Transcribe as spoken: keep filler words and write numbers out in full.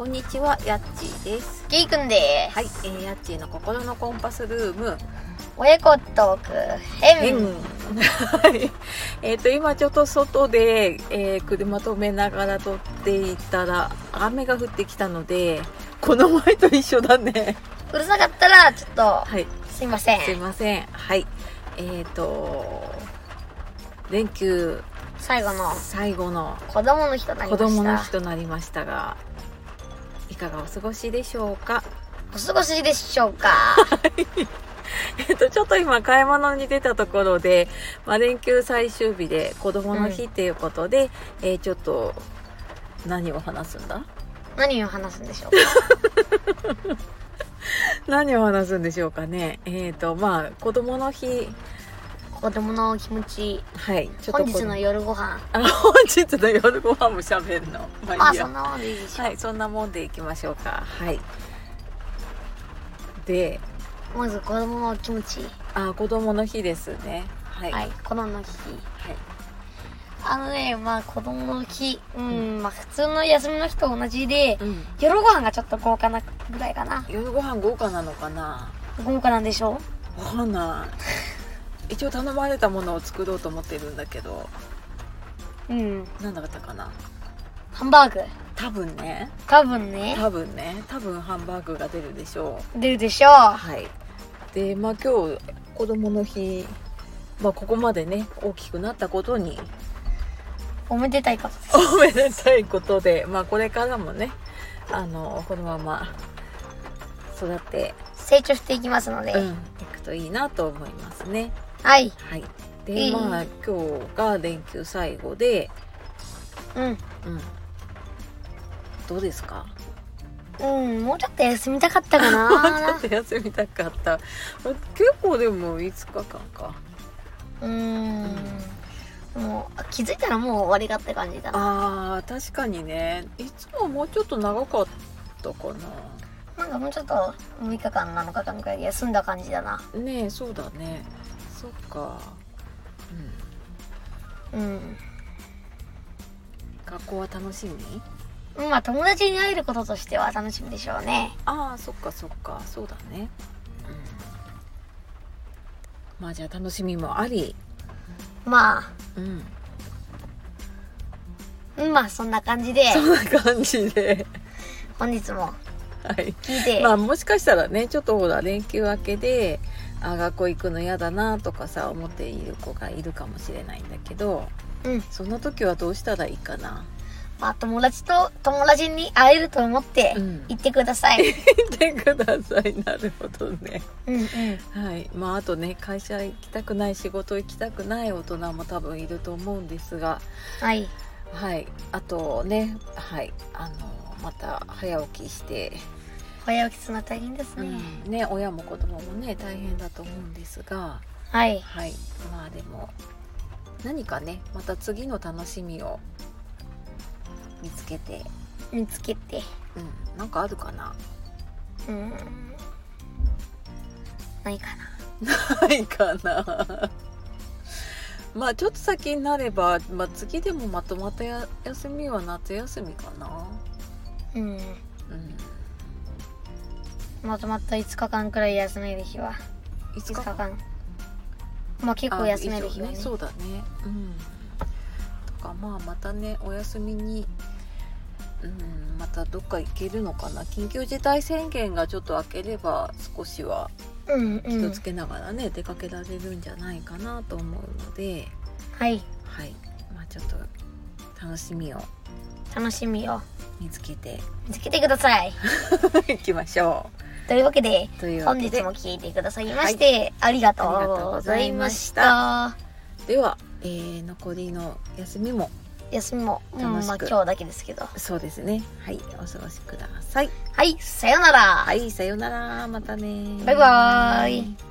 んにちは、やっちーです。 きーくんです。 はい、えー、やっちーの心のコンパスルーム親子トーク編。 はい。えっと今ちょっと外で、えー、車止めながら撮っていたら雨が降ってきたので、この前と一緒だね。 うるさかったらちょっと、 はい、 すいません。 すいません。はい。えっと連休最後の最後の子供の日となりました。 子供の日となりましたが、いかがお過ごしでしょうか。 お過ごしでしょうか。 えっとちょっと今買い物に出たところで、まあ、連休最終日で子供の日っていうことで、うん、えー、ちょっと何を話すんだ何を話すんでしょうか。 何を話すんでしょうかね。えっとまあ子供の日、 子供の気持ち、 はい、ちょっと本日の夜ご飯、 あ、本日の夜ご飯も喋るの、まあいいや、 まあそんなもんでいいでしょう。 はい、そんなもんでいきましょうか。はい。でまず子供の気持ち、 あ、子供の日ですね。はい、 はい、子供の日、 はい、 あのね、まあ子供の日、うん、うん、まあ普通の休みの日と同じで、うん、夜ご飯がちょっと豪華なぐらいかな。 夜ご飯豪華なのかな。 豪華なんでしょう。わかんない。一応頼まれたものを作ろうと思ってるんだけど、うん、なんだったかな。 ハンバーグ。 多分ね。 多分ね。 多分ね。多分ハンバーグが出るでしょう。出るでしょう。 はい。で、まあ今日子供の日、まあここまでね大きくなったことにおめでたいことです。 おめでたいことで、まあこれからもね、あのこのまま育って成長していきますので、うん、 いくといいなと思いますね。 はい。 はい。で、えー、まあ今日が連休最後で、 うんうん。 どうですか？ うん、もうちょっと休みたかったかな。 もうちょっと休みたかった。結構でもいつかかんか。 うーん。うん、もう気づいたらもう終わりがって感じだな。あー、確かにね。いつももうちょっと長かったかな。 なんかもうちょっとむいかかんなのかかんぐらいで休んだ感じだな。 ねえ、そうだね。そっか。うん。うん。学校は楽しみ？ まあ友達に会えることとしては楽しみでしょうね。 ああ、そっかそっか、そうだね。うん、まあじゃあ楽しみもあり。 まあ。うん。まあそんな感じで。 そんな感じで。 本日も。 はい、 聞いて、 まあもしかしたらね、ちょっとほら連休明けであ学校行くの嫌だなとかさ思っている子がいるかもしれないんだけど、うん、その時はどうしたらいいかな。 まあ友達と友達に会えると思って行ってください。 うん、行ってください。なるほどね。うんうん。はい。まああとね、会社行きたくない、仕事行きたくない大人も多分いると思うんですが、 はいはい。あとね、はい、あのまた早起きして早起きするのは大変ですね。 うん、ね、親も子供もね大変だと思うんですが、 はいはい。まあでも何かね、また次の楽しみを見つけて見つけて、 うん、なんかあるかな。 うん、ないかな。ないかな。まあちょっと先になれば、まあ、次でもまとまったや休みは夏休みかな。うん、うん、 まとまったいつかかんくらい休める日は。いつかかん。まあ結構休める日はね。 そうだね。うん。とかまあまたねお休みに、うん、またどっか行けるのかな。緊急事態宣言がちょっと明ければ少しは気をつけながらね、うんうん、出かけられるんじゃないかなと思うので、 はいはい。まあちょっと楽しみを楽しみを見つけて見つけてください。 行きましょう。 というわけで本日も聞いてくださいまして、はい、ありがとうございました。 では、えー、残りの休みも休みも、うん、まあ今日だけですけど。 そうですね。はい、お過ごしください。 はい、さよなら。 はい、さよなら。またね。 バイバーイ。